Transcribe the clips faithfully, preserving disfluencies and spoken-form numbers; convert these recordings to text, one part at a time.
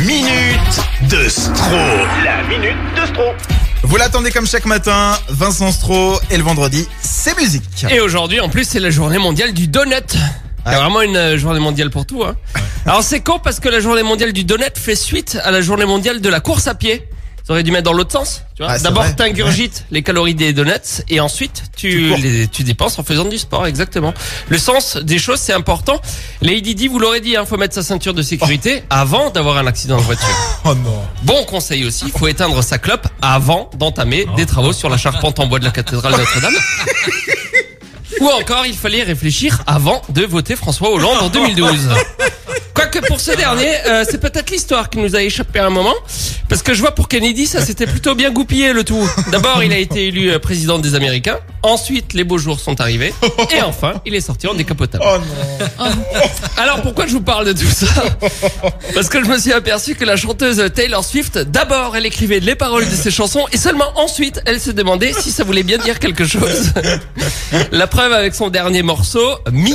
minute de Stro. La minute de Stro. Vous l'attendez comme chaque matin, Vincent Stro, et le vendredi, c'est musique. Et aujourd'hui, en plus, c'est la journée mondiale du donut. Il y a vraiment une journée mondiale pour tout, hein. Alors c'est con parce que la journée mondiale du donut fait suite à la journée mondiale de la course à pied. Ça aurait dû mettre dans l'autre sens, tu vois. Ah, D'abord, vrai. t'ingurgites ouais. les calories des donuts et ensuite tu Tu les, tu dépenses en faisant du sport, exactement. Le sens des choses, c'est important. Lady Di vous l'aurait dit, hein, faut mettre sa ceinture de sécurité oh. avant d'avoir un accident de voiture. Oh non. Bon conseil aussi, faut éteindre sa clope avant d'entamer oh. des travaux sur la charpente en bois de la cathédrale Notre-Dame. Ou encore, il fallait réfléchir avant de voter François Hollande en deux mille douze. Quoique pour ce dernier, euh, c'est peut-être l'histoire qui nous a échappé à un moment. Parce que je vois pour Kennedy, ça s'était plutôt bien goupillé le tout. D'abord, il a été élu euh, président des Américains. Ensuite, les beaux jours sont arrivés. Et enfin, il est sorti en décapotable. Oh non. Alors pourquoi je vous parle de tout ça? Parce que je me suis aperçu que la chanteuse Taylor Swift, d'abord elle écrivait les paroles de ses chansons et seulement ensuite elle se demandait si ça voulait bien dire quelque chose. La preuve avec son dernier morceau, Me.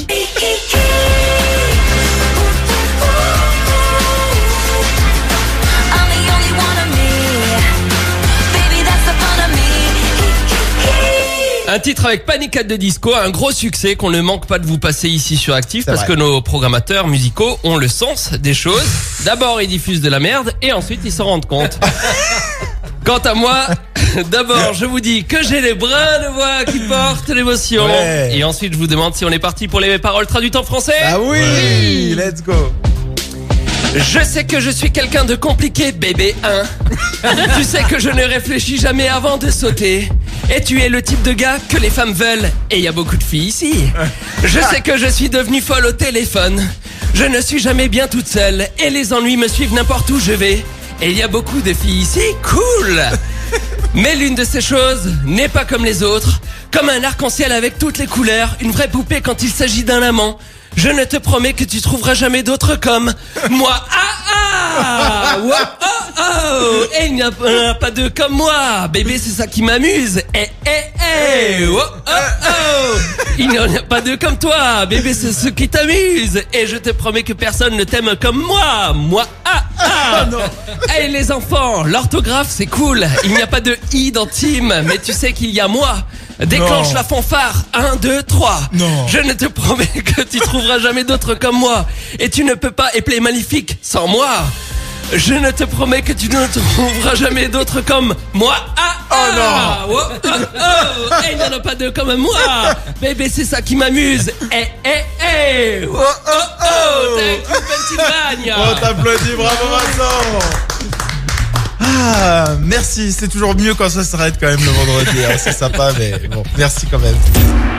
Un titre avec Panic at the Disco, un gros succès qu'on ne manque pas de vous passer ici sur Active parce vrai. que nos programmateurs musicaux ont le sens des choses. D'abord, ils diffusent de la merde et ensuite, ils s'en rendent compte. Quant à moi, d'abord, je vous dis que j'ai les brins de voix qui portent l'émotion. Ouais. Et ensuite, je vous demande si on est parti pour les paroles traduites en français. Ah oui, ouais. Let's go. Je sais que je suis quelqu'un de compliqué, bébé un. Tu sais que je ne réfléchis jamais avant de sauter. Et tu es le type de gars que les femmes veulent. Et il y a beaucoup de filles ici. Je sais que je suis devenue folle au téléphone. Je ne suis jamais bien toute seule. Et les ennuis me suivent n'importe où je vais. Et il y a beaucoup de filles ici, cool. Mais l'une de ces choses n'est pas comme les autres. Comme un arc-en-ciel avec toutes les couleurs. Une vraie poupée quand il s'agit d'un amant. Je ne te promets que tu trouveras jamais d'autres comme moi. Ah ah, oh, oh, oh. Et il n'y a, euh, pas deux comme moi. Bébé, c'est ça qui m'amuse. Eh eh eh, oh, oh, oh. Il n'y en a pas deux comme toi. Bébé, c'est ce qui t'amuse. Et je te promets que personne ne t'aime comme moi. Moi, ah ah. Hey les enfants, l'orthographe c'est cool. Il n'y a pas de i dans team, mais tu sais qu'il y a moi. Déclenche Non. la fanfare, un, deux, trois. Non. Je ne te promets que tu trouveras jamais d'autres comme moi. Et tu ne peux pas épeler Magnifique sans moi. Je ne te promets que tu ne trouveras jamais d'autres comme moi. Ah, ah. Oh non. Oh, oh, oh. Et il n'y en a pas deux comme moi. Bébé, c'est ça qui m'amuse. Eh, eh, eh. Oh, oh, oh. T'as une Pennsylvania. On t'applaudit, bravo Vincent. Ah, merci, c'est toujours mieux quand ça s'arrête quand même le vendredi, hein. C'est sympa, mais bon, merci quand même.